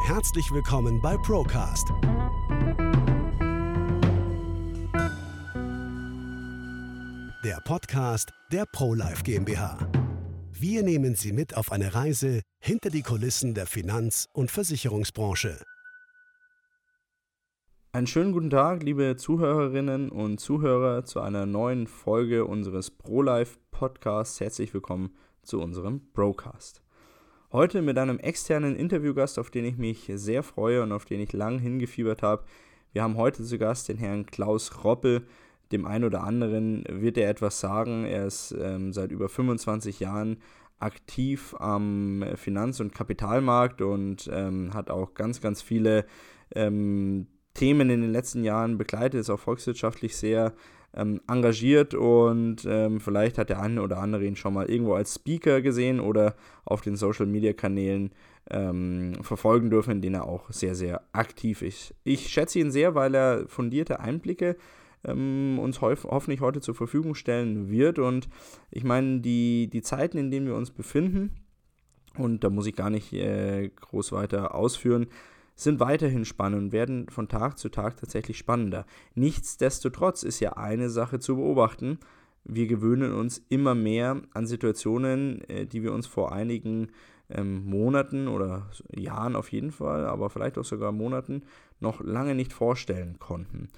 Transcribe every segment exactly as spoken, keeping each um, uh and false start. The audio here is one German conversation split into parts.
Herzlich willkommen bei Procast. Der Podcast der ProLife GmbH. Wir nehmen Sie mit auf eine Reise hinter die Kulissen der Finanz- und Versicherungsbranche. Einen schönen guten Tag, liebe Zuhörerinnen und Zuhörer, zu einer neuen Folge unseres ProLife Podcasts. Herzlich willkommen zu unserem Procast. Heute mit einem externen Interviewgast, auf den ich mich sehr freue und auf den ich lang hingefiebert habe. Wir haben heute zu Gast den Herrn Klaus Roppel. Dem einen oder anderen wird er etwas sagen. Er ist ähm, seit über fünfundzwanzig Jahren aktiv am Finanz- und Kapitalmarkt und ähm, hat auch ganz, ganz viele ähm, Themen in den letzten Jahren begleitet, ist auch volkswirtschaftlich sehr ähm, engagiert und ähm, vielleicht hat der eine oder andere ihn schon mal irgendwo als Speaker gesehen oder auf den Social-Media-Kanälen ähm, verfolgen dürfen, in denen er auch sehr, sehr aktiv ist. Ich schätze ihn sehr, weil er fundierte Einblicke ähm, uns hof- hoffentlich heute zur Verfügung stellen wird. Und ich meine, die, die Zeiten, in denen wir uns befinden, und da muss ich gar nicht äh, groß weiter ausführen, sind weiterhin spannend und werden von Tag zu Tag tatsächlich spannender. Nichtsdestotrotz ist ja eine Sache zu beobachten: Wir gewöhnen uns immer mehr an Situationen, die wir uns vor einigen ähm, Monaten oder Jahren auf jeden Fall, aber vielleicht auch sogar Monaten noch lange nicht vorstellen konnten.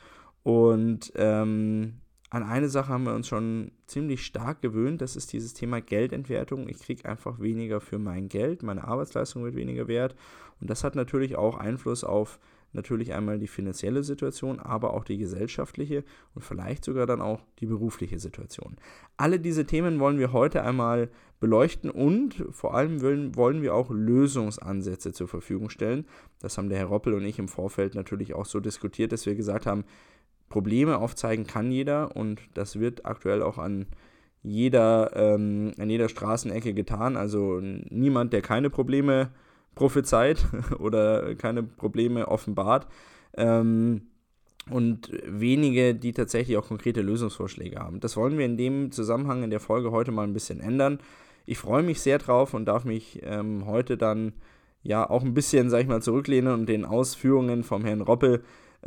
Und ähm, an eine Sache haben wir uns schon ziemlich stark gewöhnt, das ist dieses Thema Geldentwertung. Ich kriege einfach weniger für mein Geld, meine Arbeitsleistung wird weniger wert. Und das hat natürlich auch Einfluss auf natürlich einmal die finanzielle Situation, aber auch die gesellschaftliche und vielleicht sogar dann auch die berufliche Situation. Alle diese Themen wollen wir heute einmal beleuchten und vor allem wollen, wollen wir auch Lösungsansätze zur Verfügung stellen. Das haben der Herr Roppel und ich im Vorfeld natürlich auch so diskutiert, dass wir gesagt haben, Probleme aufzeigen kann jeder und das wird aktuell auch an jeder, ähm, an jeder Straßenecke getan. Also niemand, der keine Probleme prophezeit oder keine Probleme offenbart ähm, und wenige, die tatsächlich auch konkrete Lösungsvorschläge haben. Das wollen wir in dem Zusammenhang in der Folge heute mal ein bisschen ändern. Ich freue mich sehr drauf und darf mich ähm, heute dann ja auch ein bisschen, sag ich mal, zurücklehnen und den Ausführungen vom Herrn Roppel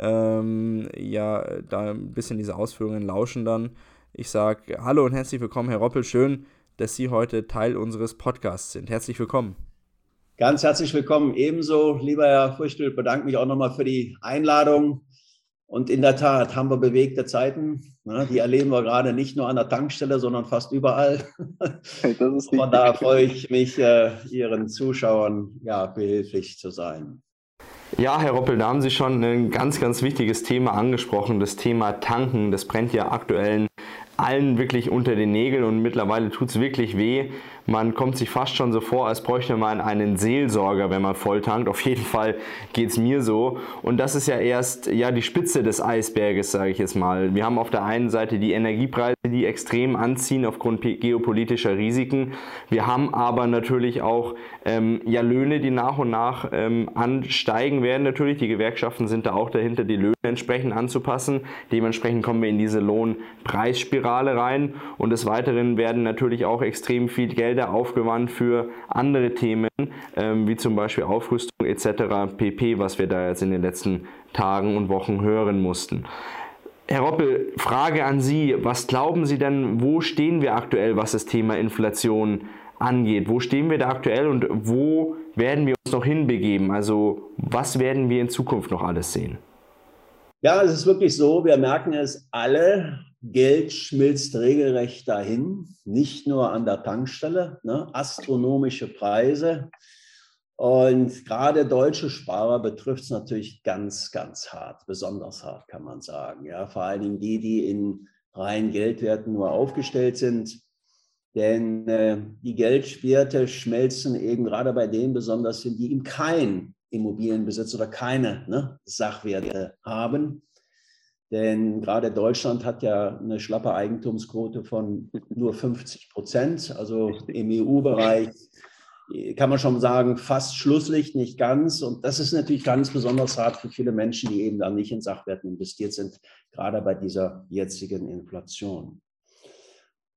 Ähm, ja, da ein bisschen diese Ausführungen lauschen dann. Ich sage hallo und herzlich willkommen, Herr Roppel. Schön, dass Sie heute Teil unseres Podcasts sind. Herzlich willkommen. Ganz herzlich willkommen. Ebenso, lieber Herr Früchtel, bedanke mich auch nochmal für die Einladung. Und in der Tat haben wir bewegte Zeiten. Die erleben wir gerade nicht nur an der Tankstelle, sondern fast überall. Das ist Von daher freue ich mich, Ihren Zuschauern ja, behilflich zu sein. Ja, Herr Roppel, da haben Sie schon ein ganz, ganz wichtiges Thema angesprochen, das Thema Tanken. Das brennt ja aktuell allen wirklich unter den Nägeln und mittlerweile tut es wirklich weh. Man kommt sich fast schon so vor, als bräuchte man einen Seelsorger, wenn man voll tankt. Auf jeden Fall geht es mir so. Und das ist ja erst ja die Spitze des Eisberges, sage ich jetzt mal. Wir haben auf der einen Seite die Energiepreise, die extrem anziehen aufgrund geopolitischer Risiken. Wir haben aber natürlich auch ähm, ja, Löhne, die nach und nach ähm, ansteigen werden. Natürlich, die Gewerkschaften sind da auch dahinter, die Löhne entsprechend anzupassen. Dementsprechend kommen wir in diese Lohnpreisspirale rein. Und des Weiteren werden natürlich auch extrem viel Geld aufgewandt für andere Themen, ähm, wie zum Beispiel Aufrüstung et cetera pp., was wir da jetzt in den letzten Tagen und Wochen hören mussten. Herr Roppel, Frage an Sie, was glauben Sie denn, wo stehen wir aktuell, was das Thema Inflation angeht? Wo stehen wir da aktuell und wo werden wir uns noch hinbegeben? Also was werden wir in Zukunft noch alles sehen? Ja, es ist wirklich so, wir merken es alle, Geld schmilzt regelrecht dahin, nicht nur an der Tankstelle, ne? Astronomische Preise. Und gerade deutsche Sparer betrifft es natürlich ganz, ganz hart, besonders hart kann man sagen. Ja? Vor allen Dingen die, die in reinen Geldwerten nur aufgestellt sind. Denn äh, die Geldwerte schmelzen eben gerade bei denen besonders hin, die eben kein Immobilienbesitz oder keine ne, Sachwerte haben. Denn gerade Deutschland hat ja eine schlappe Eigentumsquote von nur fünfzig Prozent. Also im E U-Bereich kann man schon sagen, fast Schlusslicht, nicht ganz. Und das ist natürlich ganz besonders hart für viele Menschen, die eben dann nicht in Sachwerten investiert sind, gerade bei dieser jetzigen Inflation.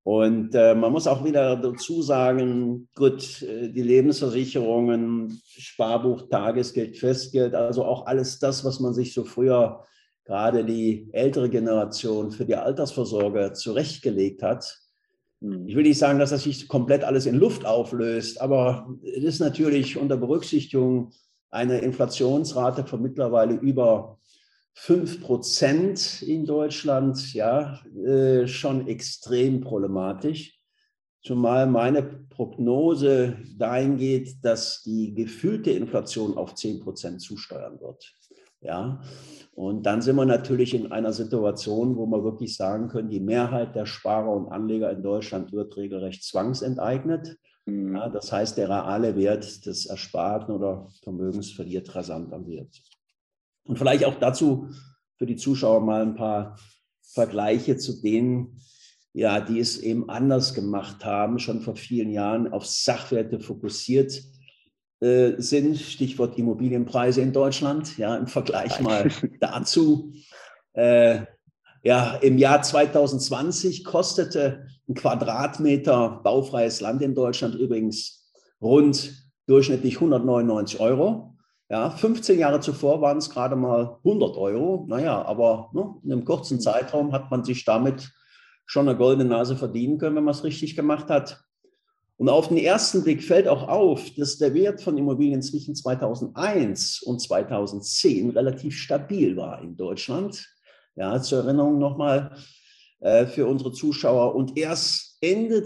Und äh, man muss auch wieder dazu sagen, gut, die Lebensversicherungen, Sparbuch, Tagesgeld, Festgeld, also auch alles das, was man sich so früher, gerade die ältere Generation, für die Altersvorsorge zurechtgelegt hat. Ich will nicht sagen, dass das sich komplett alles in Luft auflöst, aber es ist natürlich unter Berücksichtigung einer Inflationsrate von mittlerweile über fünf Prozent in Deutschland, ja, äh, schon extrem problematisch. Zumal meine Prognose dahin geht, dass die gefühlte Inflation auf zehn Prozent zusteuern wird. Ja, und dann sind wir natürlich in einer Situation, wo wir wirklich sagen können, die Mehrheit der Sparer und Anleger in Deutschland wird regelrecht zwangsenteignet. Mhm. Ja, das heißt, der reale Wert des Ersparten oder Vermögens verliert rasant an Wert. Und vielleicht auch dazu für die Zuschauer mal ein paar Vergleiche zu denen, ja, die es eben anders gemacht haben, schon vor vielen Jahren auf Sachwerte fokussiert äh, sind. Stichwort Immobilienpreise in Deutschland. Ja, im Vergleich mal dazu. Äh, ja, im Jahr zwanzig zwanzig kostete ein Quadratmeter baufreies Land in Deutschland übrigens rund durchschnittlich hundertneunundneunzig Euro. Ja, fünfzehn Jahre zuvor waren es gerade mal hundert Euro. Naja, aber ne, in einem kurzen Zeitraum hat man sich damit schon eine goldene Nase verdienen können, wenn man es richtig gemacht hat. Und auf den ersten Blick fällt auch auf, dass der Wert von Immobilien zwischen zweitausendeins und zweitausendzehn relativ stabil war in Deutschland. Ja, zur Erinnerung nochmal äh, für unsere Zuschauer. Und erst Ende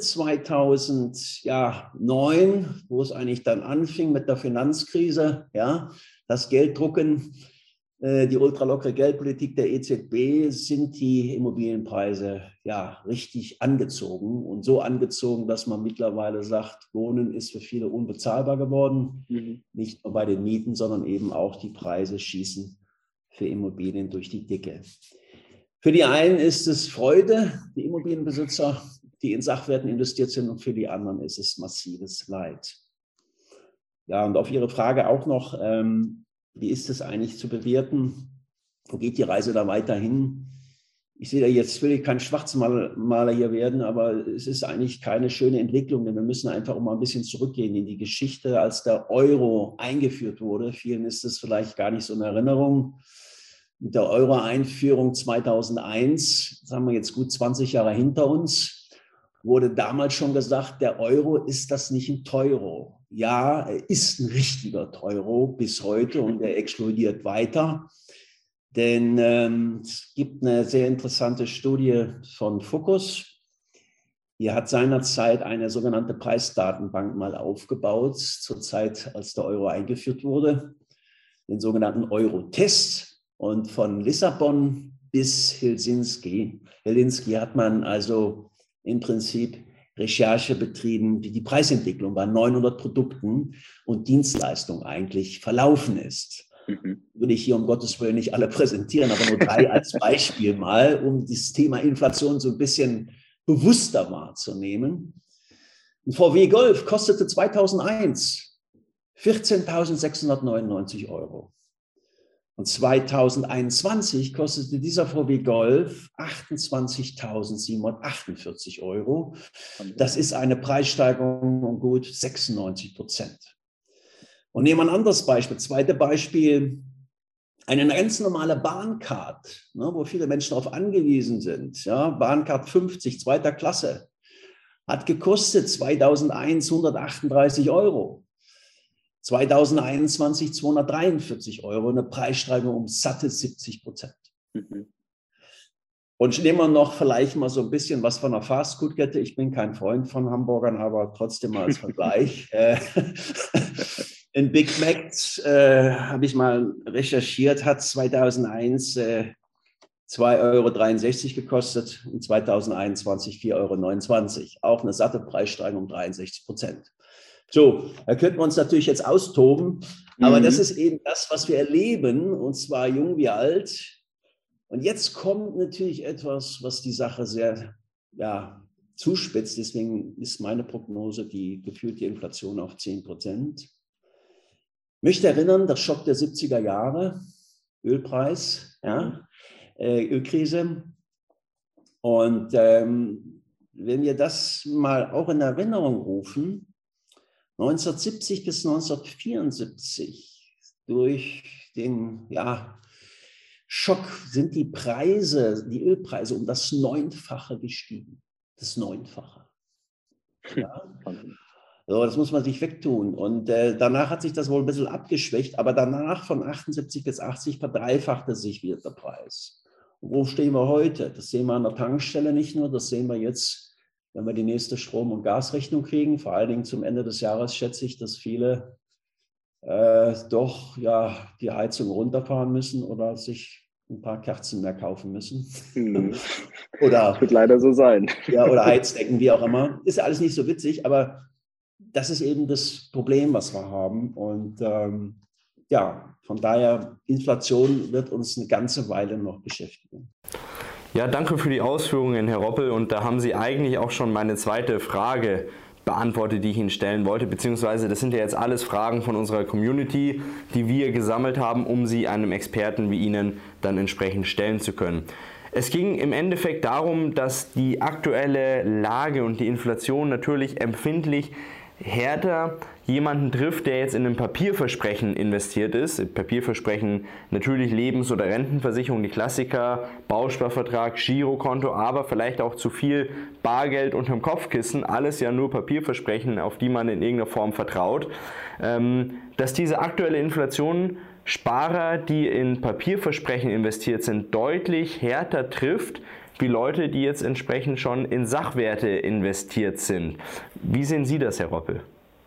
zweitausendneun, wo es eigentlich dann anfing mit der Finanzkrise, ja, das Gelddrucken, äh, die ultralockere Geldpolitik der E Z B, sind die Immobilienpreise ja richtig angezogen. Und so angezogen, dass man mittlerweile sagt, Wohnen ist für viele unbezahlbar geworden. Mhm. Nicht nur bei den Mieten, sondern eben auch die Preise schießen für Immobilien durch die Decke. Für die einen ist es Freude, die Immobilienbesitzer, die in Sachwerten investiert sind, und für die anderen ist es massives Leid. Ja, und auf Ihre Frage auch noch, ähm, wie ist es eigentlich zu bewerten? Wo geht die Reise da weiterhin? Ich sehe da jetzt, will ich kein Schwarzmaler hier werden, aber es ist eigentlich keine schöne Entwicklung, denn wir müssen einfach auch mal ein bisschen zurückgehen in die Geschichte, als der Euro eingeführt wurde. Vielen ist es vielleicht gar nicht so in Erinnerung. Mit der Euro-Einführung zweitausendeins, das haben wir jetzt gut zwanzig Jahre hinter uns, wurde damals schon gesagt, der Euro, ist das nicht ein Teuro? Ja, er ist ein richtiger Teuro bis heute und er explodiert weiter. Denn ähm, es gibt eine sehr interessante Studie von Focus. Die hat seinerzeit eine sogenannte Preisdatenbank mal aufgebaut, zur Zeit, als der Euro eingeführt wurde, den sogenannten Euro-Test. Und von Lissabon bis Helsinki, Helsinki hat man also im Prinzip Recherche betrieben, wie die Preisentwicklung bei neunhundert Produkten und Dienstleistungen eigentlich verlaufen ist. Mhm. Würde ich hier um Gottes Willen nicht alle präsentieren, aber nur drei als Beispiel mal, um das Thema Inflation so ein bisschen bewusster wahrzunehmen. Ein V W Golf kostete zweitausendeins vierzehntausendsechshundertneunundneunzig Euro. Und zweitausendeinundzwanzig kostete dieser V W Golf achtundzwanzigtausendsiebenhundertachtundvierzig Euro. Das ist eine Preissteigerung um gut sechsundneunzig Prozent. Und nehmen wir ein anderes Beispiel. Zweites Beispiel, eine ganz normale Bahncard, ne, wo viele Menschen darauf angewiesen sind. Ja, Bahncard fünfzig, zweiter Klasse, hat gekostet zweitausendeins hundertachtunddreißig Euro. zweitausendeinundzwanzig zweihundertdreiundvierzig Euro, eine Preissteigerung um satte siebzig Prozent. Mhm. Und nehmen wir noch vielleicht mal so ein bisschen was von einer Fastfood-Kette. Ich bin kein Freund von Hamburgern, aber trotzdem mal als Vergleich. In Big Mac äh, habe ich mal recherchiert, hat zweitausendeins äh, zwei Euro dreiundsechzig gekostet und zweitausendeinundzwanzig vier Euro neunundzwanzig. Auch eine satte Preissteigerung um dreiundsechzig Prozent. So, da könnten wir uns natürlich jetzt austoben, aber mhm. das ist eben das, was wir erleben, und zwar jung wie alt. Und jetzt kommt natürlich etwas, was die Sache sehr ja, zuspitzt. Deswegen ist meine Prognose die gefühlte Inflation auf zehn Prozent. Ich möchte erinnern, das Schock der siebziger Jahre, Ölpreis, ja, äh, Ölkrise. Und ähm, wenn wir das mal auch in Erinnerung rufen, neunzehnhundertsiebzig bis neunzehnhundertvierundsiebzig durch den ja, Schock sind die Preise, die Ölpreise um das Neunfache gestiegen. Das Neunfache. Ja? So, das muss man sich wegtun. Und äh, danach hat sich das wohl ein bisschen abgeschwächt, aber danach von achtundsiebzig bis achtzig verdreifachte sich wieder der Preis. Und wo stehen wir heute? Das sehen wir an der Tankstelle nicht nur, das sehen wir jetzt, wenn wir die nächste Strom- und Gasrechnung kriegen. Vor allen Dingen zum Ende des Jahres schätze ich, dass viele äh, doch ja, die Heizung runterfahren müssen oder sich ein paar Kerzen mehr kaufen müssen. Mhm. Oder, das wird leider so sein. Ja, oder Heizdecken, wie auch immer. Ist ja alles nicht so witzig, aber das ist eben das Problem, was wir haben. Und ähm, ja, von daher, Inflation wird uns eine ganze Weile noch beschäftigen. Ja, danke für die Ausführungen, Herr Roppel. Und da haben Sie eigentlich auch schon meine zweite Frage beantwortet, die ich Ihnen stellen wollte. Beziehungsweise das sind ja jetzt alles Fragen von unserer Community, die wir gesammelt haben, um sie einem Experten wie Ihnen dann entsprechend stellen zu können. Es ging im Endeffekt darum, dass die aktuelle Lage und die Inflation natürlich empfindlich härter jemanden trifft, der jetzt in ein Papierversprechen investiert ist. Papierversprechen natürlich Lebens- oder Rentenversicherung, die Klassiker, Bausparvertrag, Girokonto, aber vielleicht auch zu viel Bargeld unterm Kopfkissen. Alles ja nur Papierversprechen, auf die man in irgendeiner Form vertraut. Ähm, dass diese aktuelle Inflation Sparer, die in Papierversprechen investiert sind, deutlich härter trifft, wie Leute, die jetzt entsprechend schon in Sachwerte investiert sind. Wie sehen Sie das, Herr Roppel?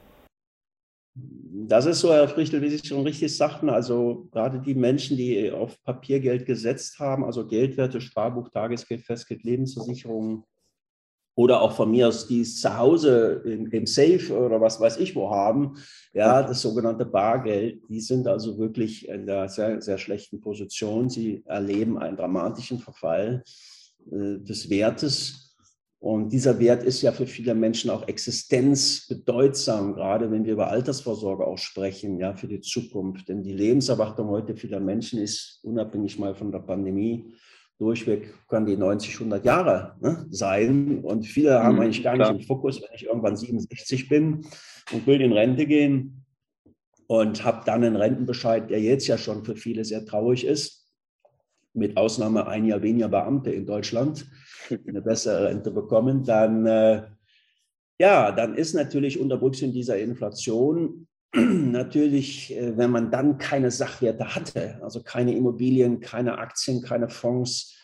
Das ist so, Herr Frichtel, wie Sie schon richtig sagten, also gerade die Menschen, die auf Papiergeld gesetzt haben, also Geldwerte, Sparbuch, Tagesgeld, Festgeld, Lebensversicherungen oder auch von mir aus, die es zu Hause im, im Safe oder was weiß ich wo haben, ja, das sogenannte Bargeld, die sind also wirklich in einer sehr, sehr schlechten Position. Sie erleben einen dramatischen Verfall des Wertes. Und dieser Wert ist ja für viele Menschen auch existenzbedeutsam, gerade wenn wir über Altersvorsorge auch sprechen, ja, für die Zukunft. Denn die Lebenserwartung heute vieler Menschen ist, unabhängig mal von der Pandemie, durchweg kann die neunzig, hundert Jahre ne, sein. Und viele haben eigentlich gar Klar. nicht im Fokus, wenn ich irgendwann siebenundsechzig bin und will in Rente gehen und habe dann einen Rentenbescheid, der jetzt ja schon für viele sehr traurig ist, mit Ausnahme ein Jahr weniger Beamte in Deutschland eine bessere Rente bekommen, dann, äh, ja, dann ist natürlich unter Berücksichtigung dieser Inflation natürlich, äh, wenn man dann keine Sachwerte hatte, also keine Immobilien, keine Aktien, keine Fonds,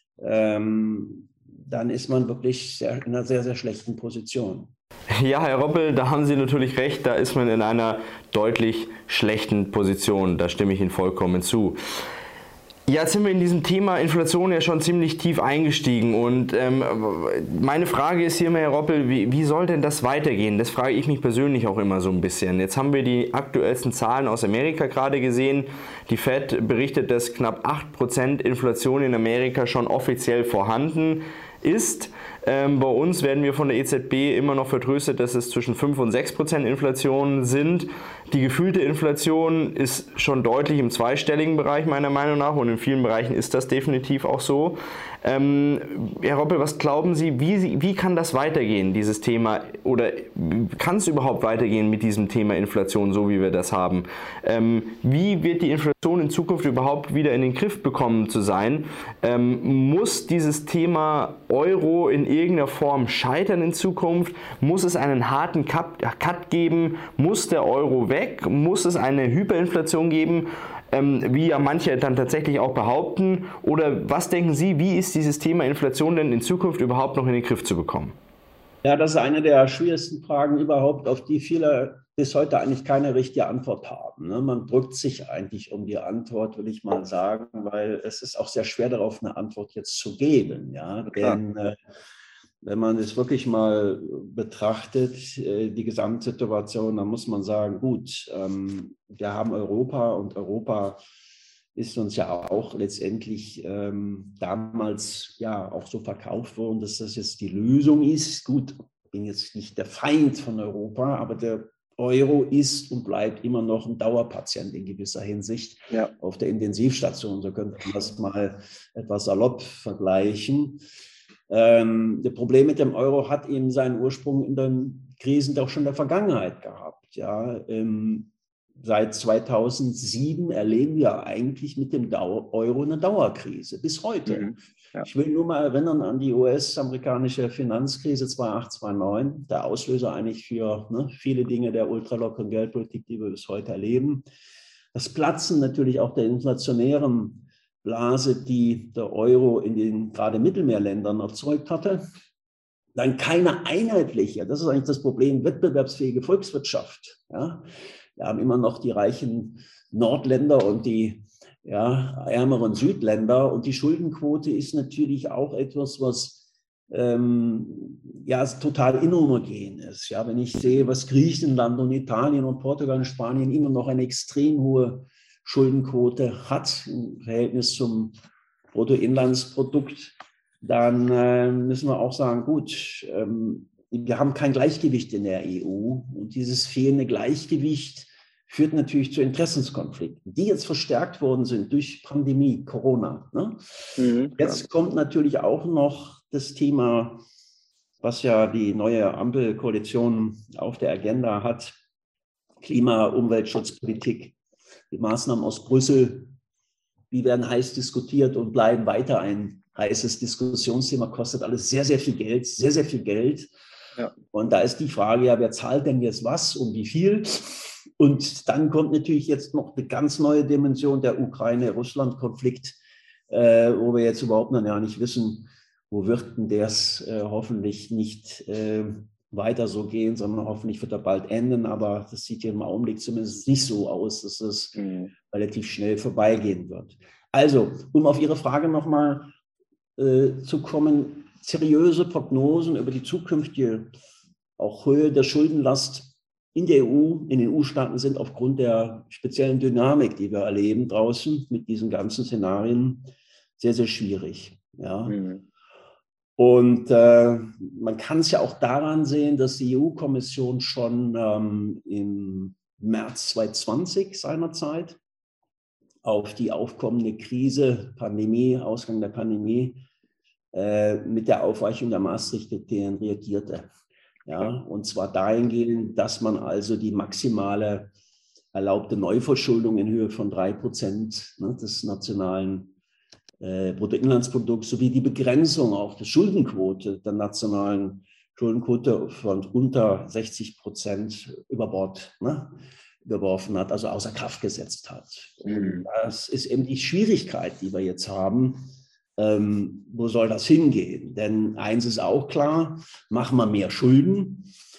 ähm, dann ist man wirklich sehr, in einer sehr, sehr schlechten Position. Ja, Herr Roppel, da haben Sie natürlich recht, da ist man in einer deutlich schlechten Position, da stimme ich Ihnen vollkommen zu. Ja, jetzt sind wir in diesem Thema Inflation ja schon ziemlich tief eingestiegen und ähm, meine Frage ist hier immer, Herr Roppel, wie, wie soll denn das weitergehen? Das frage ich mich persönlich auch immer so ein bisschen. Jetzt haben wir die aktuellsten Zahlen aus Amerika gerade gesehen. Die Fed berichtet, dass knapp acht Prozent Inflation in Amerika schon offiziell vorhanden ist. Ähm, bei uns werden wir von der E Z B immer noch vertröstet, dass es zwischen fünf und sechs Prozent Inflation sind. Die gefühlte Inflation ist schon deutlich im zweistelligen Bereich meiner Meinung nach und in vielen Bereichen ist das definitiv auch so. Ähm, Herr Roppel, was glauben Sie, wie, wie kann das weitergehen, dieses Thema, oder kann es überhaupt weitergehen mit diesem Thema Inflation, so wie wir das haben? Ähm, wie wird die Inflation in Zukunft überhaupt wieder in den Griff bekommen zu sein? Ähm, muss dieses Thema Euro in irgendeiner Form scheitern in Zukunft? Muss es einen harten Cut geben? Muss der Euro weg? Muss es eine Hyperinflation geben? Ähm, wie ja manche dann tatsächlich auch behaupten? Oder was denken Sie, wie ist dieses Thema Inflation denn in Zukunft überhaupt noch in den Griff zu bekommen? Ja, das ist eine der schwierigsten Fragen überhaupt, auf die viele bis heute eigentlich keine richtige Antwort haben. Ne? Man drückt sich eigentlich um die Antwort, würde ich mal sagen, weil es ist auch sehr schwer darauf, eine Antwort jetzt zu geben. Ja? Denn äh, wenn man es wirklich mal betrachtet, äh, die Gesamtsituation, dann muss man sagen, gut, ähm, wir haben Europa und Europa ist uns ja auch letztendlich ähm, damals ja auch so verkauft worden, dass das jetzt die Lösung ist. Gut, ich bin jetzt nicht der Feind von Europa, aber der Euro ist und bleibt immer noch ein Dauerpatient in gewisser Hinsicht ja. auf der Intensivstation. So könnte man das mal etwas salopp vergleichen. Ähm, das Problem mit dem Euro hat eben seinen Ursprung in den Krisen doch schon der Vergangenheit gehabt. Ja. Ähm, seit zweitausendsieben erleben wir eigentlich mit dem Euro eine Dauerkrise, bis heute. Mhm. Ja. Ich will nur mal erinnern an die U S-amerikanische Finanzkrise zweitausendacht, zweitausendneun, der Auslöser eigentlich für ne, viele Dinge der ultralockeren Geldpolitik, die wir bis heute erleben. Das Platzen natürlich auch der inflationären Blase, die der Euro in den gerade Mittelmeerländern erzeugt hatte. Dann keine einheitliche, das ist eigentlich das Problem, wettbewerbsfähige Volkswirtschaft. Ja. Wir haben immer noch die reichen Nordländer und die ja, ärmeren Südländer. Und die Schuldenquote ist natürlich auch etwas, was ähm, ja, total inhomogen ist. Ja, wenn ich sehe, was Griechenland und Italien und Portugal und Spanien immer noch eine extrem hohe Schuldenquote hat im Verhältnis zum Bruttoinlandsprodukt, dann äh, müssen wir auch sagen, gut, ähm, wir haben kein Gleichgewicht in der E U und dieses fehlende Gleichgewicht führt natürlich zu Interessenskonflikten, die jetzt verstärkt worden sind durch Pandemie, Corona. Ne? Mhm, jetzt kommt natürlich auch noch das Thema, was ja die neue Ampelkoalition auf der Agenda hat, Klima-, Umweltschutzpolitik. Die Maßnahmen aus Brüssel, die werden heiß diskutiert und bleiben weiter ein heißes Diskussionsthema, kostet alles sehr, sehr viel Geld, sehr, sehr viel Geld. Ja. Und da ist die Frage, ja, wer zahlt denn jetzt was und wie viel? Und dann kommt natürlich jetzt noch eine ganz neue Dimension, der Ukraine-Russland-Konflikt, äh, wo wir jetzt überhaupt noch gar nicht wissen, wo wird denn das äh, hoffentlich nicht äh, weiter so gehen, sondern hoffentlich wird er bald enden. Aber das sieht hier im Augenblick zumindest nicht so aus, dass es mhm. relativ schnell vorbeigehen wird. Also, um auf Ihre Frage nochmal äh, zu kommen, seriöse Prognosen über die zukünftige auch Höhe der Schuldenlast in der E U, in den E U-Staaten sind aufgrund der speziellen Dynamik, die wir erleben draußen mit diesen ganzen Szenarien, sehr, sehr schwierig. Ja. Mhm. Und äh, man kann es ja auch daran sehen, dass die E U-Kommission schon ähm, im März zweitausendzwanzig seinerzeit auf die aufkommende Krise, Pandemie, Ausgang der Pandemie, äh, mit der Aufweichung der Maastricht-Kriterien reagierte. Ja, und zwar dahingehend, dass man also die maximale erlaubte Neuverschuldung in Höhe von drei Prozent ne, des nationalen äh, Bruttoinlandsprodukts sowie die Begrenzung auch der Schuldenquote, der nationalen Schuldenquote von unter sechzig Prozent über Bord ne, geworfen hat, also außer Kraft gesetzt hat. Und das ist eben die Schwierigkeit, die wir jetzt haben. Ähm, wo soll das hingehen? Denn eins ist auch klar, machen wir mehr Schulden.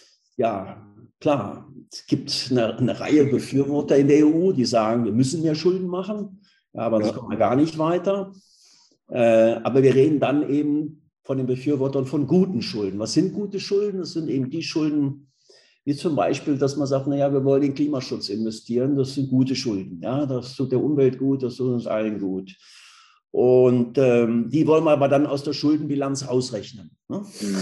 Ja, klar, es gibt eine, eine Reihe Befürworter in der E U, die sagen, wir müssen mehr Schulden machen, ja, aber das ja. kommt man gar nicht weiter. Äh, aber wir reden dann eben von den Befürwortern von guten Schulden. Was sind gute Schulden? Das sind eben die Schulden, wie zum Beispiel, dass man sagt, naja, wir wollen in Klimaschutz investieren, das sind gute Schulden. Ja, das tut der Umwelt gut, das tut uns allen gut. Und ähm, die wollen wir aber dann aus der Schuldenbilanz ausrechnen. Ne?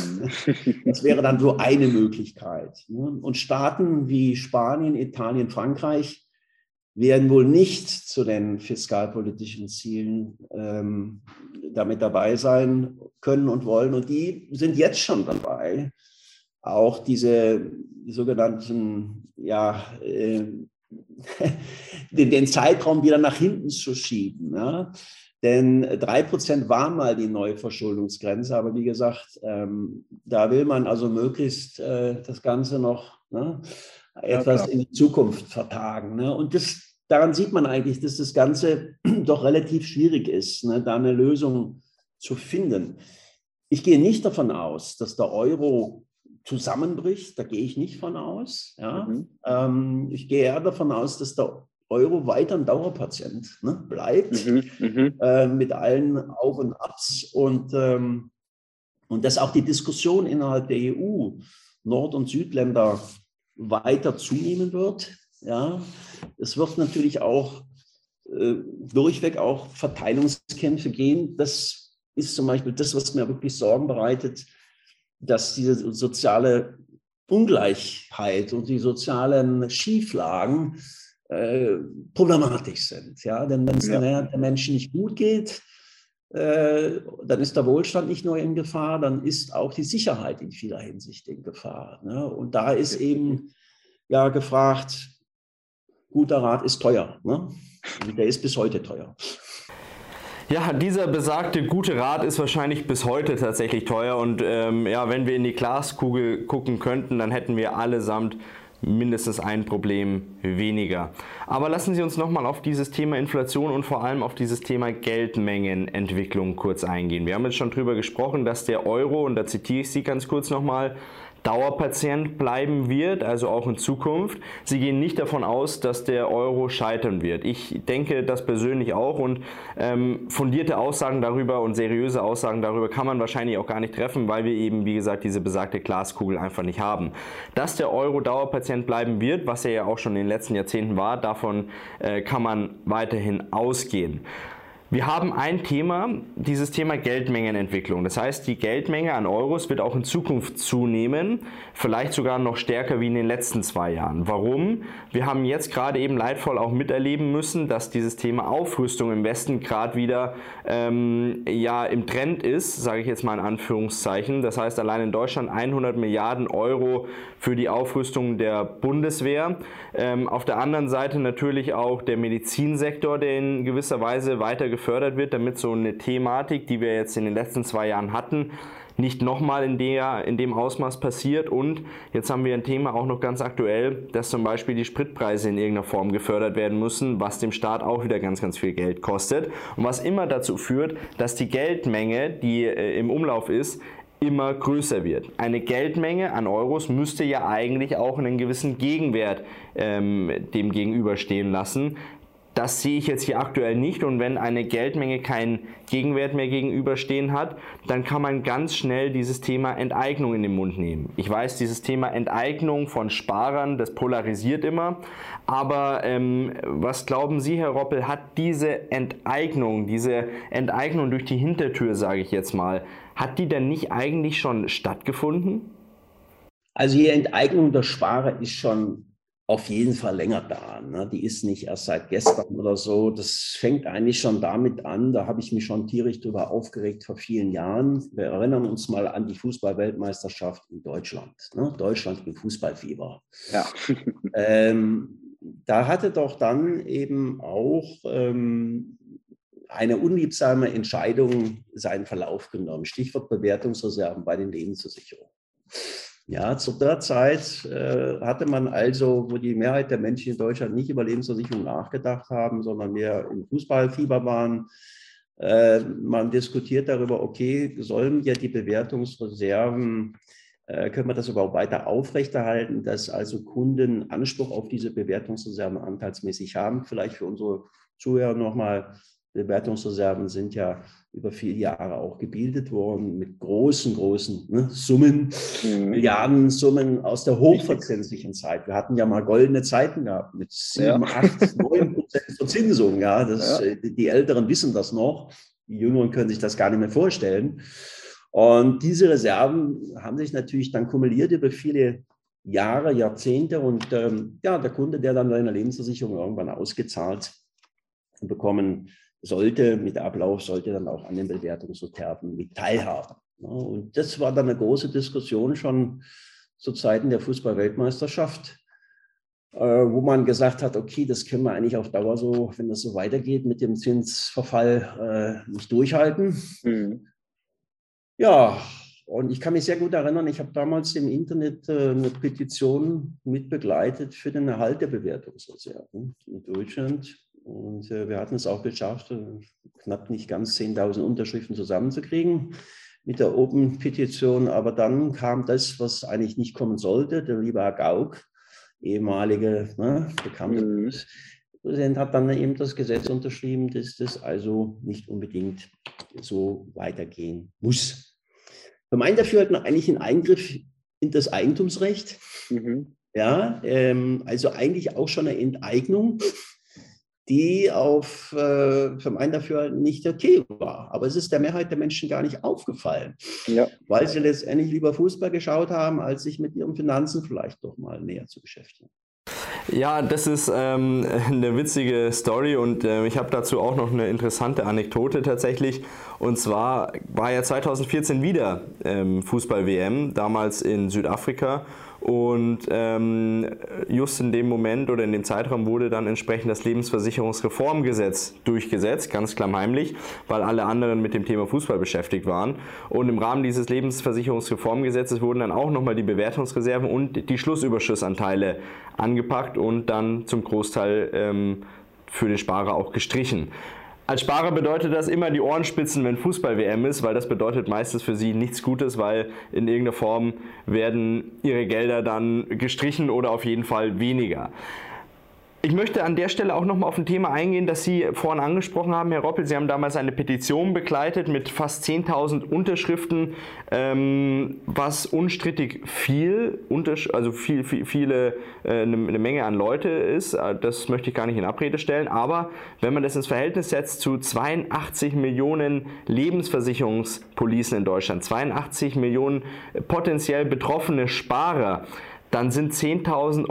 Das wäre dann so eine Möglichkeit. Ne? Und Staaten wie Spanien, Italien, Frankreich werden wohl nicht zu den fiskalpolitischen Zielen ähm, damit dabei sein können und wollen. Und die sind jetzt schon dabei, auch diese die sogenannten, ja, äh, den, den Zeitraum wieder nach hinten zu schieben. Ja? Denn drei Prozent war mal die Neuverschuldungsgrenze, aber wie gesagt, ähm, da will man also möglichst äh, das Ganze noch ne, etwas ja, in die Zukunft vertagen. Ne? Und das, daran sieht man eigentlich, dass das Ganze doch relativ schwierig ist, ne, da eine Lösung zu finden. Ich gehe nicht davon aus, dass der Euro zusammenbricht, da gehe ich nicht von aus. Ja? Mhm. Ähm, ich gehe eher davon aus, dass der Euro weiter ein Dauerpatient ne, bleibt, mhm, äh, mit allen Auf und Abs und, ähm, und dass auch die Diskussion innerhalb der E U, Nord- und Südländer, weiter zunehmen wird. Ja. Es wird natürlich auch äh, durchweg auch Verteilungskämpfe gehen. Das ist zum Beispiel das, was mir wirklich Sorgen bereitet, dass diese soziale Ungleichheit und die sozialen Schieflagen Äh, problematisch sind. Ja? Denn wenn es ja. der Menschen nicht gut geht, äh, dann ist der Wohlstand nicht nur in Gefahr, dann ist auch die Sicherheit in vieler Hinsicht in Gefahr. Ne? Und da ist eben ja gefragt, guter Rat ist teuer. Ne? Und der ist bis heute teuer. Ja, dieser besagte gute Rat ist wahrscheinlich bis heute tatsächlich teuer und ähm, ja, wenn wir in die Glaskugel gucken könnten, dann hätten wir allesamt mindestens ein Problem weniger. Aber lassen Sie uns nochmal auf dieses Thema Inflation und vor allem auf dieses Thema Geldmengenentwicklung kurz eingehen. Wir haben jetzt schon darüber gesprochen, dass der Euro, und da zitiere ich Sie ganz kurz nochmal, Dauerpatient bleiben wird, also auch in Zukunft. Sie gehen nicht davon aus, dass der Euro scheitern wird. Ich denke das persönlich auch und ähm, fundierte Aussagen darüber und seriöse Aussagen darüber kann man wahrscheinlich auch gar nicht treffen, weil wir eben, wie gesagt, diese besagte Glaskugel einfach nicht haben. Dass der Euro Dauerpatient bleiben wird, was er ja auch schon in den letzten Jahrzehnten war, davon äh, kann man weiterhin ausgehen. Wir haben ein Thema, dieses Thema Geldmengenentwicklung. Das heißt, die Geldmenge an Euros wird auch in Zukunft zunehmen, vielleicht sogar noch stärker wie in den letzten zwei Jahren. Warum? Wir haben jetzt gerade eben leidvoll auch miterleben müssen, dass dieses Thema Aufrüstung im Westen gerade wieder ähm, ja, im Trend ist, sage ich jetzt mal in Anführungszeichen. Das heißt, allein in Deutschland hundert Milliarden Euro für die Aufrüstung der Bundeswehr. Ähm, auf der anderen Seite natürlich auch der Medizinsektor, der in gewisser Weise weiter gefördert wird, damit so eine Thematik, die wir jetzt in den letzten zwei Jahren hatten, nicht nochmal in, der, in dem Ausmaß passiert. Und jetzt haben wir ein Thema auch noch ganz aktuell, dass zum Beispiel die Spritpreise in irgendeiner Form gefördert werden müssen, was dem Staat auch wieder ganz, ganz viel Geld kostet und was immer dazu führt, dass die Geldmenge, die äh, im Umlauf ist, immer größer wird. Eine Geldmenge an Euros müsste ja eigentlich auch einen gewissen Gegenwert ähm, dem gegenüberstehen lassen. Das sehe ich jetzt hier aktuell nicht und wenn eine Geldmenge keinen Gegenwert mehr gegenüberstehen hat, dann kann man ganz schnell dieses Thema Enteignung in den Mund nehmen. Ich weiß, dieses Thema Enteignung von Sparern, das polarisiert immer, aber ähm, was glauben Sie, Herr Roppel, hat diese Enteignung, diese Enteignung durch die Hintertür, sage ich jetzt mal, hat die denn nicht eigentlich schon stattgefunden? Also die Enteignung der Sparer ist schon auf jeden Fall länger da. Ne? Die ist nicht erst seit gestern oder so. Das fängt eigentlich schon damit an. Da habe ich mich schon tierisch darüber aufgeregt vor vielen Jahren. Wir erinnern uns mal an die Fußball-Weltmeisterschaft in Deutschland. Ne? Deutschland im Fußballfieber. Ja. ähm, da hatte doch dann eben auch ähm, eine unliebsame Entscheidung seinen Verlauf genommen. Stichwort Bewertungsreserven bei den Lebensversicherungen. Ja, zu der Zeit äh, hatte man also, wo die Mehrheit der Menschen in Deutschland nicht über Lebensversicherung nachgedacht haben, sondern mehr im Fußballfieber waren. Äh, man diskutiert darüber, okay, sollen wir die Bewertungsreserven, äh, können wir das überhaupt weiter aufrechterhalten, dass also Kunden Anspruch auf diese Bewertungsreserven anteilsmäßig haben. Vielleicht für unsere Zuhörer nochmal. Bewertungsreserven sind ja über viele Jahre auch gebildet worden mit großen, großen ne, Summen, mhm. Milliardensummen aus der hochverzinslichen Zeit. Wir hatten ja mal goldene Zeiten gehabt mit sieben, acht, neun Prozent Verzinsung. Ja, das, ja. Die Älteren wissen das noch, die Jüngeren können sich das gar nicht mehr vorstellen. Und diese Reserven haben sich natürlich dann kumuliert über viele Jahre, Jahrzehnte. Und ähm, ja, der Kunde, der dann seine Lebensversicherung irgendwann ausgezahlt bekommen sollte, mit Ablauf sollte dann auch an den Bewertungsreserven mit teilhaben. Und das war dann eine große Diskussion schon zu Zeiten der Fußball-Weltmeisterschaft, wo man gesagt hat, okay, das können wir eigentlich auf Dauer so, wenn das so weitergeht, mit dem Zinsverfall nicht durchhalten. Mhm. Ja, und ich kann mich sehr gut erinnern, ich habe damals im Internet eine Petition mitbegleitet für den Erhalt der Bewertungsreserven in Deutschland. Und äh, wir hatten es auch geschafft, äh, knapp nicht ganz zehntausend Unterschriften zusammenzukriegen mit der Open-Petition. Aber dann kam das, was eigentlich nicht kommen sollte. Der liebe Herr Gauck, ehemalige ne, bekannte mhm. Präsident, hat dann eben das Gesetz unterschrieben, dass das also nicht unbedingt so weitergehen muss. Wir meinen dafür halt eigentlich einen Eingriff in das Eigentumsrecht. Mhm. Ja, ähm, also eigentlich auch schon eine Enteignung, die auf, äh, für meinen dafür nicht okay war. Aber es ist der Mehrheit der Menschen gar nicht aufgefallen, ja. weil sie letztendlich lieber Fußball geschaut haben, als sich mit ihren Finanzen vielleicht doch mal näher zu beschäftigen. Ja, das ist ähm, eine witzige Story und äh, ich habe dazu auch noch eine interessante Anekdote tatsächlich. Und zwar war ja zwanzig vierzehn wieder ähm, Fußball-W M, damals in Südafrika. Und ähm, just in dem Moment oder in dem Zeitraum wurde dann entsprechend das Lebensversicherungsreformgesetz durchgesetzt, ganz klammheimlich, weil alle anderen mit dem Thema Fußball beschäftigt waren. Und im Rahmen dieses Lebensversicherungsreformgesetzes wurden dann auch nochmal die Bewertungsreserven und die Schlussüberschussanteile angepackt und dann zum Großteil ähm, für den Sparer auch gestrichen. Als Sparer bedeutet das immer die Ohrenspitzen, wenn Fußball-W M ist, weil das bedeutet meistens für sie nichts Gutes, weil in irgendeiner Form werden ihre Gelder dann gestrichen oder auf jeden Fall weniger. Ich möchte an der Stelle auch nochmal auf ein Thema eingehen, das Sie vorhin angesprochen haben, Herr Roppel. Sie haben damals eine Petition begleitet mit fast zehntausend Unterschriften, ähm, was unstrittig viel, also viel, viel, viele, äh, eine, eine Menge an Leute ist. Das möchte ich gar nicht in Abrede stellen. Aber wenn man das ins Verhältnis setzt zu zweiundachtzig Millionen Lebensversicherungspolicen in Deutschland, zweiundachtzig Millionen potenziell betroffene Sparer, dann sind zehntausend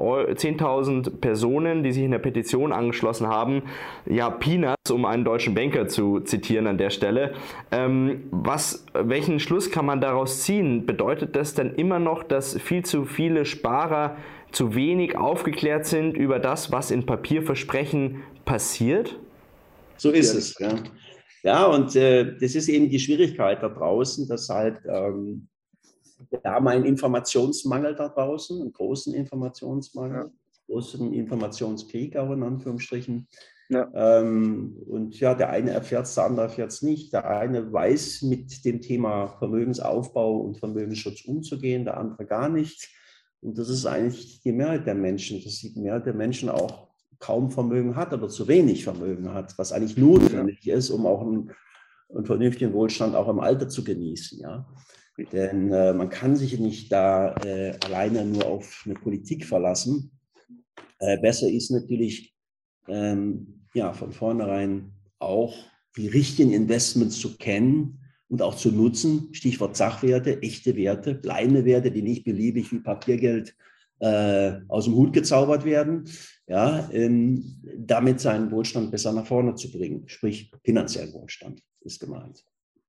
Personen, die sich in der Petition angeschlossen haben, ja Peanuts, um einen deutschen Banker zu zitieren an der Stelle. Ähm, was, welchen Schluss kann man daraus ziehen? Bedeutet das dann immer noch, dass viel zu viele Sparer zu wenig aufgeklärt sind über das, was in Papierversprechen passiert? So ist es. Ja, ja und äh, das ist eben die Schwierigkeit da draußen, dass halt ähm, wir haben einen Informationsmangel da draußen, einen großen Informationsmangel, ja. großen Informationskrieg auch in Anführungsstrichen. Ja. Ähm, und ja, der eine erfährt es, der andere erfährt es nicht. Der eine weiß mit dem Thema Vermögensaufbau und Vermögensschutz umzugehen, der andere gar nicht. Und das ist eigentlich die Mehrheit der Menschen, dass die Mehrheit der Menschen auch kaum Vermögen hat oder zu wenig Vermögen hat, was eigentlich notwendig ja. ist, um auch einen, einen vernünftigen Wohlstand auch im Alter zu genießen. Ja. Denn äh, man kann sich nicht da äh, alleine nur auf eine Politik verlassen. Äh, besser ist natürlich, ähm, ja, von vornherein auch die richtigen Investments zu kennen und auch zu nutzen. Stichwort Sachwerte, echte Werte, bleibende Werte, die nicht beliebig wie Papiergeld äh, aus dem Hut gezaubert werden, ja, ähm, damit seinen Wohlstand besser nach vorne zu bringen. Sprich, finanziellen Wohlstand ist gemeint.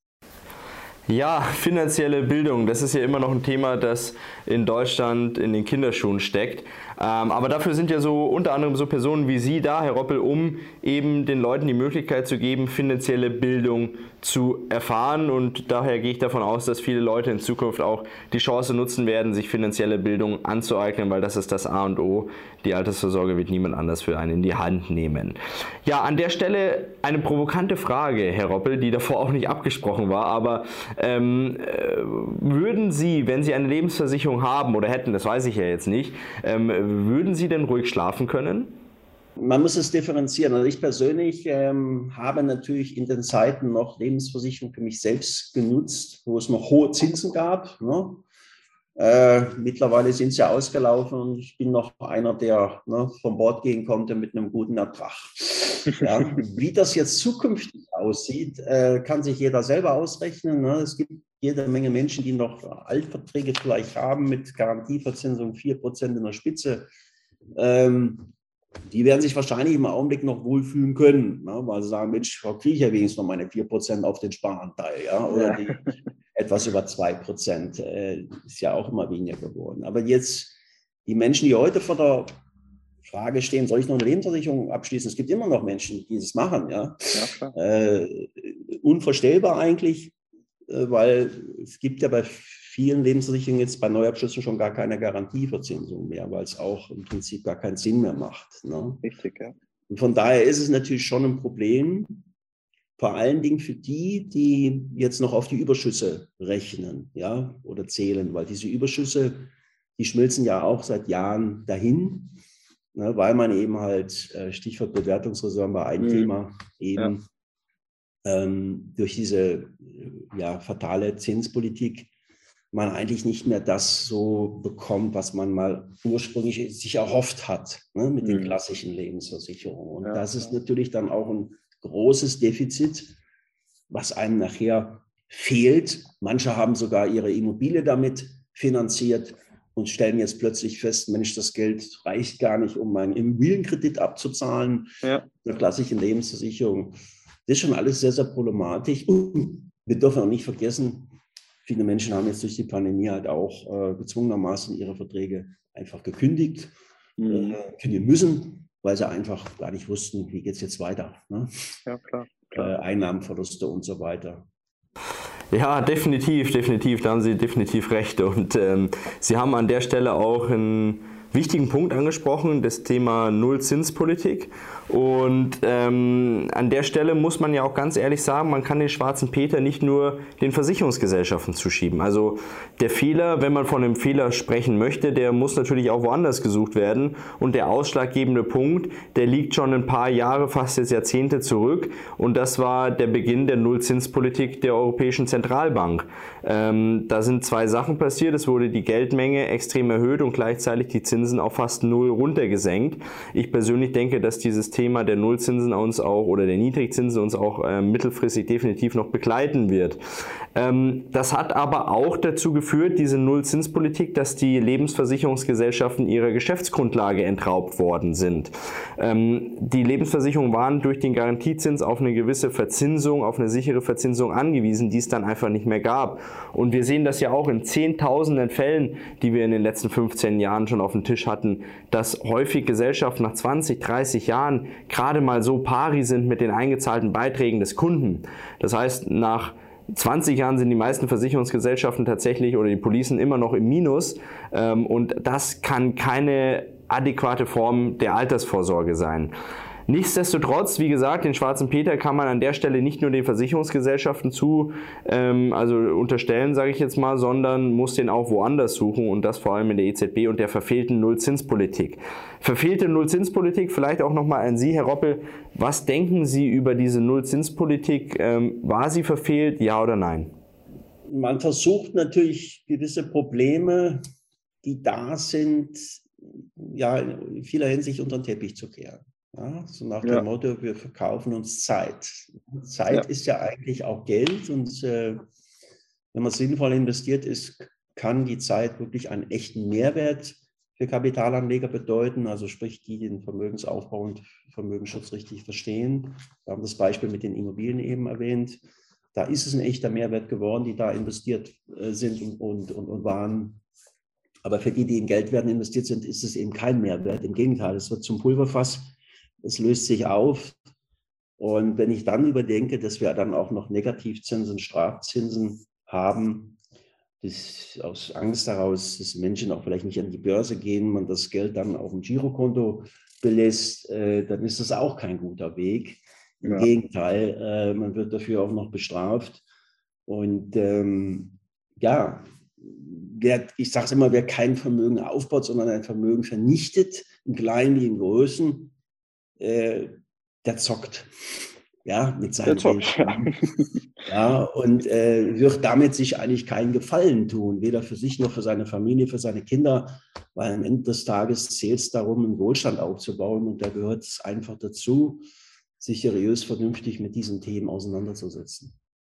Ja, finanzielle Bildung, das ist ja immer noch ein Thema, das in Deutschland in den Kinderschuhen steckt. Ähm, aber dafür sind ja so unter anderem so Personen wie Sie da, Herr Roppel, um eben den Leuten die Möglichkeit zu geben, finanzielle Bildung zu erfahren. Und daher gehe ich davon aus, dass viele Leute in Zukunft auch die Chance nutzen werden, sich finanzielle Bildung anzueignen, weil das ist das A und O. Die Altersvorsorge wird niemand anders für einen in die Hand nehmen. Ja, an der Stelle eine provokante Frage, Herr Roppel, die davor auch nicht abgesprochen war, aber ähm, äh, würden Sie, wenn Sie eine Lebensversicherung haben oder hätten, das weiß ich ja jetzt nicht, ähm, würden Sie denn ruhig schlafen können? Man muss es differenzieren. Also ich persönlich ähm, habe natürlich in den Zeiten noch Lebensversicherung für mich selbst genutzt, wo es noch hohe Zinsen gab. Ne? Äh, mittlerweile sind sie ja ausgelaufen und ich bin noch einer, der ne, vom Bord gehen konnte mit einem guten Ertrag. Ja? Wie das jetzt zukünftig aussieht, äh, kann sich jeder selber ausrechnen. Ne? Es gibt jede Menge Menschen, die noch Altverträge vielleicht haben mit Garantieverzinsung vier Prozent in der Spitze. Ähm, die werden sich wahrscheinlich im Augenblick noch wohlfühlen können, ne? Weil sie sagen, Mensch, da kriege ich ja wenigstens noch meine vier Prozent auf den Sparanteil. Ja? Oder ja. Die, etwas über zwei Prozent. Äh, ist ja auch immer weniger geworden. Aber jetzt die Menschen, die heute vor der Frage stehen, soll ich noch eine Lebensversicherung abschließen? Es gibt immer noch Menschen, die das machen. Ja? Ja, klar. Äh, unvorstellbar eigentlich, äh, weil es gibt ja bei vielen Lebensversicherungen jetzt bei Neuabschlüssen schon gar keine Garantieverzinsung mehr, weil es auch im Prinzip gar keinen Sinn mehr macht. Ne? Richtig, ja. Und von daher ist es natürlich schon ein Problem, vor allen Dingen für die, die jetzt noch auf die Überschüsse rechnen, ja, oder zählen, weil diese Überschüsse, die schmilzen ja auch seit Jahren dahin, ne, weil man eben halt, Stichwort Bewertungsreserven war ein mhm. Thema, eben ja. ähm, durch diese ja, fatale Zinspolitik man eigentlich nicht mehr das so bekommt, was man mal ursprünglich sich erhofft hat, ne, mit mhm. den klassischen Lebensversicherungen. Und ja, das ist ja. natürlich dann auch ein großes Defizit, was einem nachher fehlt. Manche haben sogar ihre Immobilie damit finanziert und stellen jetzt plötzlich fest, Mensch, das Geld reicht gar nicht, um meinen Immobilienkredit abzuzahlen, ja. Eine klassische Lebensversicherung. Das ist schon alles sehr, sehr problematisch. Und wir dürfen auch nicht vergessen, viele Menschen haben jetzt durch die Pandemie halt auch äh, gezwungenermaßen ihre Verträge einfach gekündigt, mhm. äh, kündigen müssen, weil sie einfach gar nicht wussten, wie geht es jetzt weiter. Ne? Ja, klar. klar. Äh, Einnahmenverluste und so weiter. Ja, definitiv, definitiv, da haben Sie definitiv recht. Und ähm, Sie haben an der Stelle auch einen wichtigen Punkt angesprochen, das Thema Nullzinspolitik. Und ähm, an der Stelle muss man ja auch ganz ehrlich sagen, man kann den schwarzen Peter nicht nur den Versicherungsgesellschaften zuschieben. Also der Fehler, wenn man von einem Fehler sprechen möchte, der muss natürlich auch woanders gesucht werden. Und der ausschlaggebende Punkt, der liegt schon ein paar Jahre, fast jetzt Jahrzehnte zurück. Und das war der Beginn der Nullzinspolitik der Europäischen Zentralbank. Ähm, da sind zwei Sachen passiert. Es wurde die Geldmenge extrem erhöht und gleichzeitig die Zinsen auf fast null runtergesenkt. Ich persönlich denke, dass dieses Thema der Nullzinsen uns auch oder der Niedrigzinsen uns auch äh, mittelfristig definitiv noch begleiten wird. Ähm, das hat aber auch dazu geführt, diese Nullzinspolitik, dass die Lebensversicherungsgesellschaften ihrer Geschäftsgrundlage entraubt worden sind. Ähm, die Lebensversicherungen waren durch den Garantiezins auf eine gewisse Verzinsung, auf eine sichere Verzinsung angewiesen, die es dann einfach nicht mehr gab. Und wir sehen das ja auch in Zehntausenden Fällen, die wir in den letzten fünfzehn Jahren schon auf dem Tisch hatten, dass häufig Gesellschaften nach zwanzig, dreißig Jahren gerade mal so pari sind mit den eingezahlten Beiträgen des Kunden. Das heißt, nach zwanzig Jahren sind die meisten Versicherungsgesellschaften tatsächlich oder die Policen immer noch im Minus, ähm, und das kann keine adäquate Form der Altersvorsorge sein. Nichtsdestotrotz, wie gesagt, den schwarzen Peter kann man an der Stelle nicht nur den Versicherungsgesellschaften zu, ähm, also unterstellen, sage ich jetzt mal, sondern muss den auch woanders suchen und das vor allem in der E Z B und der verfehlten Nullzinspolitik. Verfehlte Nullzinspolitik, vielleicht auch nochmal an Sie, Herr Roppel, was denken Sie über diese Nullzinspolitik? Ähm, war sie verfehlt, ja oder nein? Man versucht natürlich gewisse Probleme, die da sind, ja, in vieler Hinsicht unter den Teppich zu kehren. Ja, so nach ja. dem Motto, wir verkaufen uns Zeit. Zeit ja. ist ja eigentlich auch Geld und äh, wenn man sinnvoll investiert ist, kann die Zeit wirklich einen echten Mehrwert für Kapitalanleger bedeuten, also sprich, die den Vermögensaufbau und Vermögensschutz richtig verstehen. Wir haben das Beispiel mit den Immobilien eben erwähnt. Da ist es ein echter Mehrwert geworden, die da investiert äh, sind und, und, und, und waren. Aber für die, die in Geldwerten investiert sind, ist es eben kein Mehrwert. Im Gegenteil, es wird zum Pulverfass. Es löst sich auf. Und wenn ich dann überdenke, dass wir dann auch noch Negativzinsen, Strafzinsen haben, das aus Angst daraus, dass Menschen auch vielleicht nicht an die Börse gehen, man das Geld dann auf dem Girokonto belässt, äh, dann ist das auch kein guter Weg. Im ja. Gegenteil, äh, man wird dafür auch noch bestraft. Und ähm, ja, wer, ich sage es immer, wer kein Vermögen aufbaut, sondern ein Vermögen vernichtet, im Kleinen wie im Großen, Äh, der zockt, ja, mit seinem Geld. Ja. ja, und äh, wird damit sich eigentlich keinen Gefallen tun, weder für sich noch für seine Familie, für seine Kinder, weil am Ende des Tages zählt es darum, einen Wohlstand aufzubauen und da gehört es einfach dazu, sich seriös, vernünftig mit diesen Themen auseinanderzusetzen.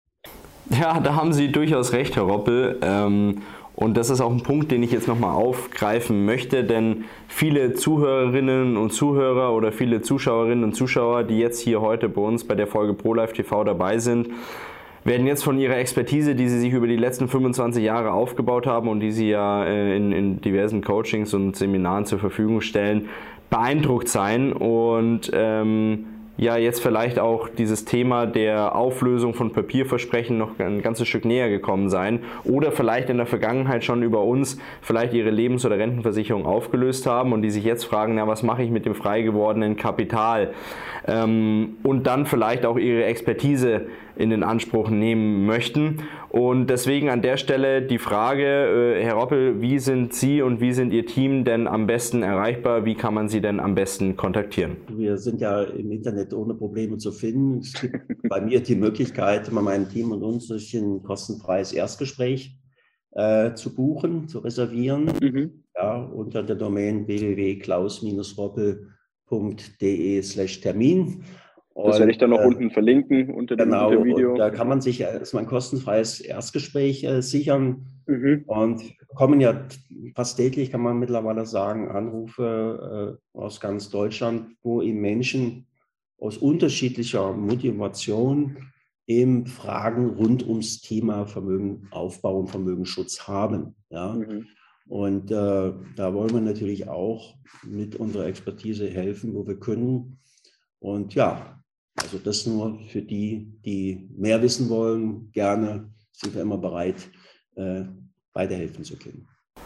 Ja, da haben Sie durchaus recht, Herr Roppel. Ähm, Und das ist auch ein Punkt, den ich jetzt nochmal aufgreifen möchte, denn viele Zuhörerinnen und Zuhörer oder viele Zuschauerinnen und Zuschauer, die jetzt hier heute bei uns bei der Folge ProLife T V dabei sind, werden jetzt von ihrer Expertise, die sie sich über die letzten fünfundzwanzig Jahre aufgebaut haben und die sie ja in, in diversen Coachings und Seminaren zur Verfügung stellen, beeindruckt sein und ähm, ja jetzt vielleicht auch dieses Thema der Auflösung von Papierversprechen noch ein ganzes Stück näher gekommen sein oder vielleicht in der Vergangenheit schon über uns vielleicht ihre Lebens- oder Rentenversicherung aufgelöst haben und die sich jetzt fragen, na, was mache ich mit dem frei gewordenen Kapital? Ähm, und dann vielleicht auch ihre Expertise in den Anspruch nehmen möchten. Und deswegen an der Stelle die Frage, äh, Herr Roppel, wie sind Sie und wie sind Ihr Team denn am besten erreichbar? Wie kann man Sie denn am besten kontaktieren? Wir sind ja im Internet ohne Probleme zu finden. Es gibt bei mir die Möglichkeit, bei meinem Team und uns durch ein kostenfreies Erstgespräch äh, zu buchen, zu reservieren. Mhm. Ja, unter der Domain w w w punkt klaus Bindestrich roppel punkt de slash Termin. Das werde ich dann noch äh, unten verlinken unter dem, genau, unter dem Video. Und da kann man sich erstmal ein kostenfreies Erstgespräch äh, sichern. Mhm. Und kommen ja fast täglich, kann man mittlerweile sagen, Anrufe äh, aus ganz Deutschland, wo eben Menschen aus unterschiedlicher Motivation eben Fragen rund ums Thema Vermögenaufbau und Vermögensschutz haben. Ja? Mhm. Und äh, da wollen wir natürlich auch mit unserer Expertise helfen, wo wir können. Und ja, also das nur für die, die mehr wissen wollen. Gerne sind wir immer bereit, äh, weiterhelfen zu können.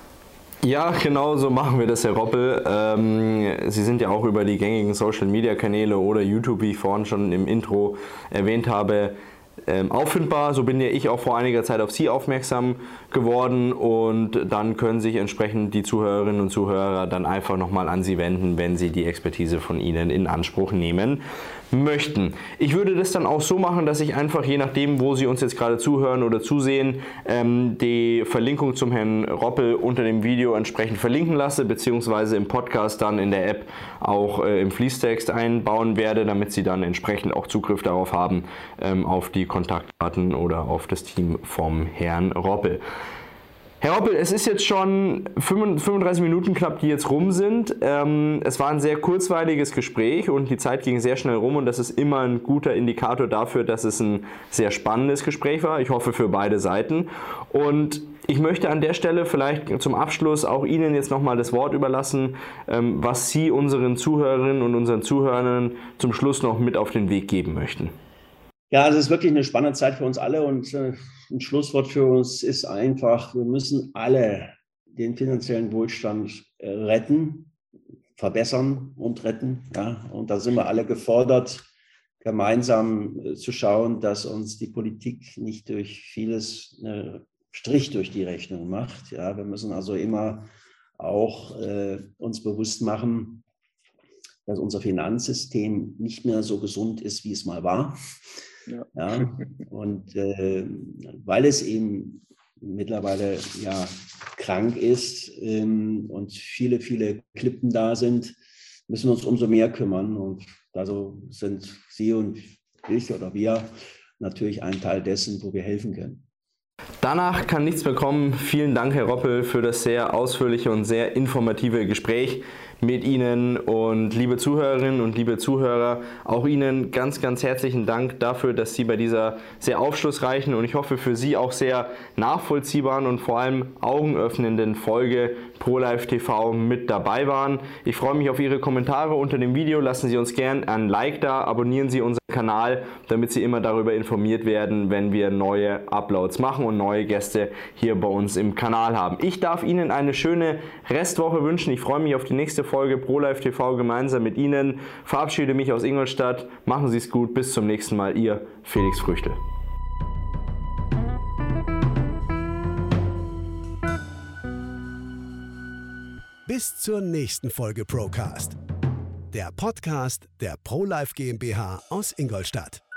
Ja, genau so machen wir das, Herr Roppel. Ähm, Sie sind ja auch über die gängigen Social-Media-Kanäle oder YouTube, wie ich vorhin schon im Intro erwähnt habe, Ähm, auffindbar. So bin ja ich auch vor einiger Zeit auf Sie aufmerksam geworden und dann können sich entsprechend die Zuhörerinnen und Zuhörer dann einfach nochmal an Sie wenden, wenn Sie die Expertise von Ihnen in Anspruch nehmen möchten. Ich würde das dann auch so machen, dass ich einfach, je nachdem, wo Sie uns jetzt gerade zuhören oder zusehen, ähm, die Verlinkung zum Herrn Roppel unter dem Video entsprechend verlinken lasse, beziehungsweise im Podcast dann in der App auch äh, im Fließtext einbauen werde, damit Sie dann entsprechend auch Zugriff darauf haben, ähm, auf die Kontaktdaten oder auf das Team vom Herrn Roppel. Herr Roppel, es ist jetzt schon fünfunddreißig Minuten knapp, die jetzt rum sind. Ähm, es war ein sehr kurzweiliges Gespräch und die Zeit ging sehr schnell rum und das ist immer ein guter Indikator dafür, dass es ein sehr spannendes Gespräch war. Ich hoffe für beide Seiten. Und ich möchte an der Stelle vielleicht zum Abschluss auch Ihnen jetzt nochmal das Wort überlassen, ähm, was Sie unseren Zuhörerinnen und unseren Zuhörern zum Schluss noch mit auf den Weg geben möchten. Ja, es ist wirklich eine spannende Zeit für uns alle und äh, ein Schlusswort für uns ist einfach, wir müssen alle den finanziellen Wohlstand äh, retten, verbessern und retten. Ja? Und da sind wir alle gefordert, gemeinsam äh, zu schauen, dass uns die Politik nicht durch vieles einen Strich durch die Rechnung macht. Ja? Wir müssen also immer auch äh, uns bewusst machen, dass unser Finanzsystem nicht mehr so gesund ist, wie es mal war. Ja. Ja, und äh, weil es eben mittlerweile ja krank ist ähm, und viele, viele Klippen da sind, müssen wir uns umso mehr kümmern. Und also sind Sie und ich oder wir natürlich ein Teil dessen, wo wir helfen können. Danach kann nichts mehr kommen. Vielen Dank, Herr Roppel, für das sehr ausführliche und sehr informative Gespräch mit Ihnen. Und liebe Zuhörerinnen und liebe Zuhörer, auch Ihnen ganz, ganz herzlichen Dank dafür, dass Sie bei dieser sehr aufschlussreichen und ich hoffe für Sie auch sehr nachvollziehbaren und vor allem augenöffnenden Folge ProLife T V mit dabei waren. Ich freue mich auf Ihre Kommentare unter dem Video. Lassen Sie uns gern ein Like da, abonnieren Sie unseren Kanal, damit Sie immer darüber informiert werden, wenn wir neue Uploads machen und neue Gäste hier bei uns im Kanal haben. Ich darf Ihnen eine schöne Restwoche wünschen. Ich freue mich auf die nächste Folge ProLife T V gemeinsam mit Ihnen. Verabschiede mich aus Ingolstadt. Machen Sie es gut. Bis zum nächsten Mal. Ihr Felix Früchtel. Bis zur nächsten Folge Procast, der Podcast der ProLife GmbH aus Ingolstadt.